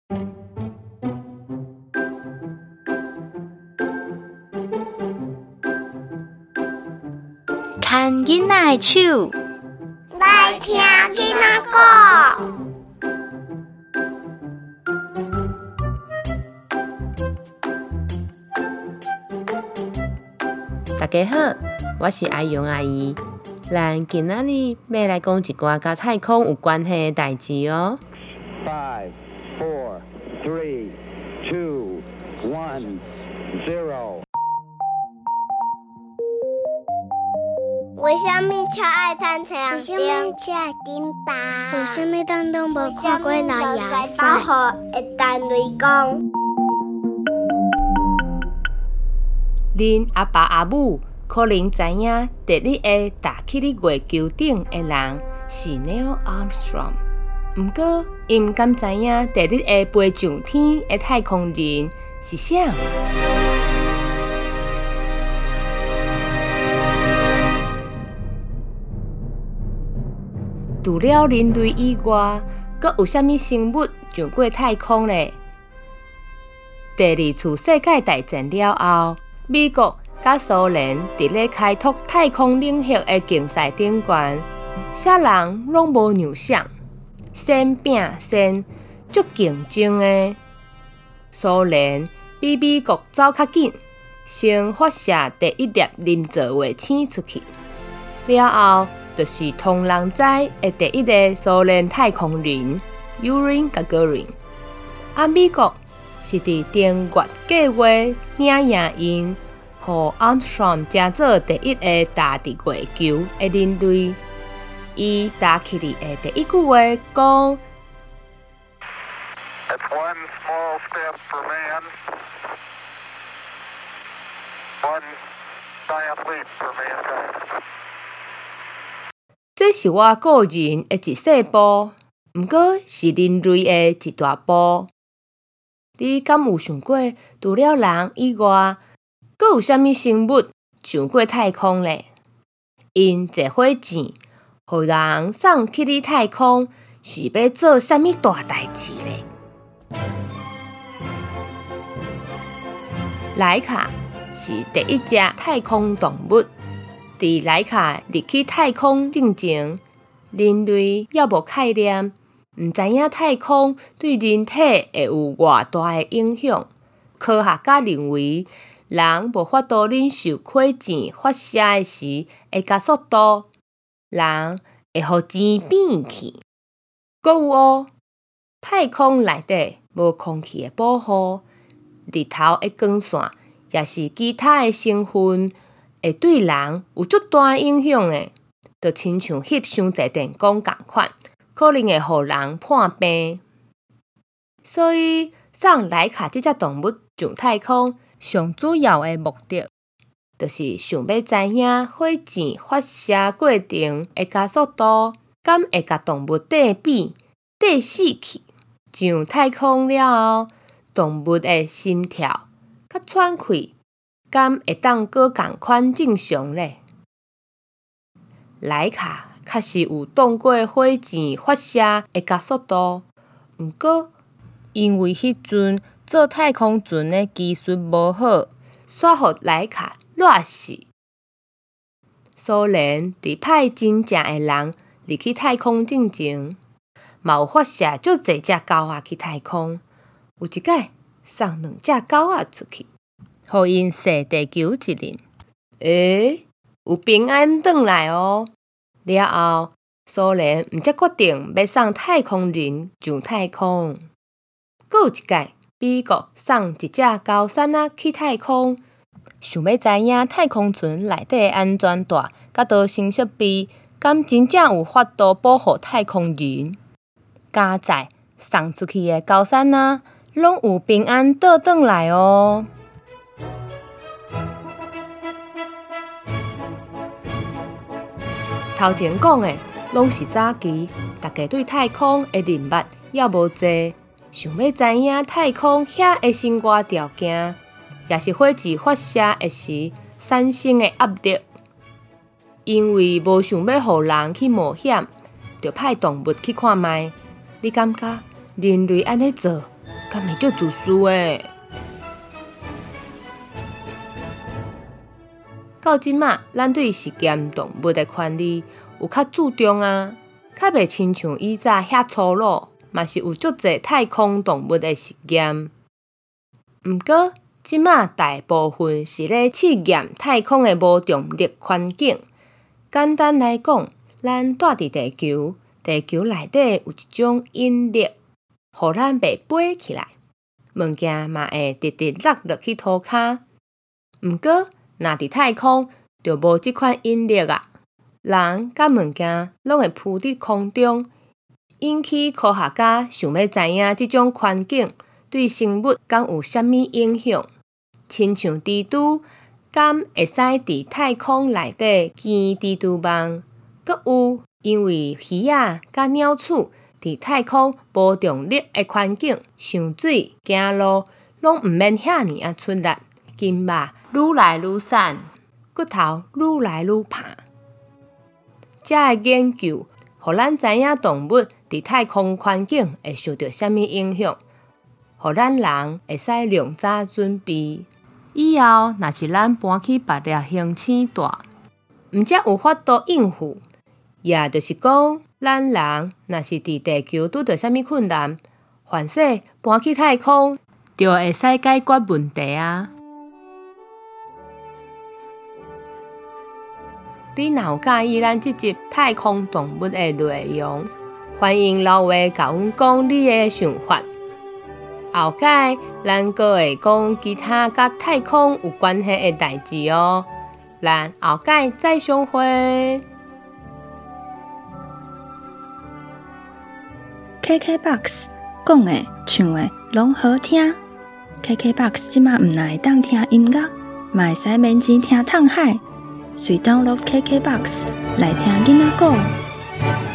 牵囡仔的手， 来听囡仔歌。 大家好，我是阿勇阿姨。咱今仔日要来讲一寡甲太空有关系的代志哦。 5, 4, 3, 2, 1, 0。 为什么超爱探太阳灯？ 为什么超爱顶巴？ 为什么当当无看过老牙塞？保护会弹雷公。 恁阿爸阿母可能知影，第一个踏去月球顶的人是 Neil Armstrong， 不过因毋敢知影第一个飞上天的太空人是啥。除了人类以外，阁有啥物生物上过太空呢？第二次世界大战了后，美国甲苏联伫咧开拓太空领域的竞赛顶悬，啥人拢无让啥，先拼先，足竞争的。苏联比美国走较紧，先发射第一粒人造卫星出去，了后就是通人知的第一个苏联太空人 Yuri Gagarin。美国是伫登月计划领赢因，互 Armstrong 成做第一个踏伫月球的人类。伊踏起嚟的第一句话讲 It's one small step for man, one giant leap for mankind. 这是我个人的一小步，毋过是人类的一大步。你敢有想过，除了人以外，阁有啥物生物上过太空呢？因坐火箭，互人送去哩太空，是要做啥物大代志呢？莱卡是第一只太空动物。伫莱卡入去太空之前，人类还无概念，毋知影太空对人体会有偌大的影响。科学家认为，人无法度忍受火箭发射的时会加速度，人会互钱变去。阁有哦，太空内底无空气的保护，日头的光线也是其他的成分。会对人有足大影响的，就亲像翕伤侪电光共款，可能会互人破病。所以送莱卡这只动物上太空，上主要的目的，就是想要知影火箭发射过程的加速度，敢会甲动物缀比、缀死去。上太空了后，动物的心跳、甲喘气。敢会当搁共款正常咧？莱卡确实有挡过火箭发射的加速度，毋过因为迄阵做太空船的技术无好，煞互莱卡热死。苏联伫派真正的人入去太空之前，嘛有发射足侪只狗仔去太空，有一摆送2只狗仔出去。互因踅地球一轮，有平安转来哦。了后，苏联毋则决定要送太空人上太空。阁有一摆，美国送一只高山仔去太空，想要知影太空船内底的安全带甲逃生设备，敢真正有法度保护太空人。加载送出去的高山仔，拢有平安倒转来哦。头前讲的，拢是早期大家对太空的认捌也无济，想要知影太空遐的生活条件，也是火箭发射的时产生的压力。因为无想要互人去冒险，就派动物去看卖。你感觉人类安尼做敢会足自私诶。到即马，咱对实验动物的权利有较注重啊，较袂亲像以前遐粗鲁，嘛是有足侪太空动物的实验。毋过，即马大部分是咧试验太空的无重力环境。简单来讲，咱住伫地球，地球内底有一种引力，互咱袂飞起来，物件嘛会直直落落去涂骹。毋过，若伫太空就无即款引力啊，人甲物件拢会浮伫空中，引起科学家想要知影即种环境对生物敢有啥物影响，亲像蜘蛛敢会使伫太空内底建蜘蛛网，阁有因为鱼仔甲鸟鼠伫太空无重力的环境上水行路，拢毋免遐尼啊出力，筋肉愈来愈瘦，骨头愈来愈胖。这个研究，互咱知影动物伫太空环境会受到啥物影响，互咱人会使量早准备。以后若是咱搬去别个行星住，毋则有法度应付。也就是讲，咱人若是伫地球拄到啥物困难，凡说搬去太空，就会使解决问题啊。你若有介意咱这集太空动物的内容，欢迎留话甲阮讲你的想法。后届咱阁会讲其他甲太空有关系的代志哦。咱后届再相会。 KKBOX 讲的、唱的拢好听。KKBOX 即马毋但会当听音乐，嘛会使免钱听痛海。随 download KKBOX 来听囡仔歌。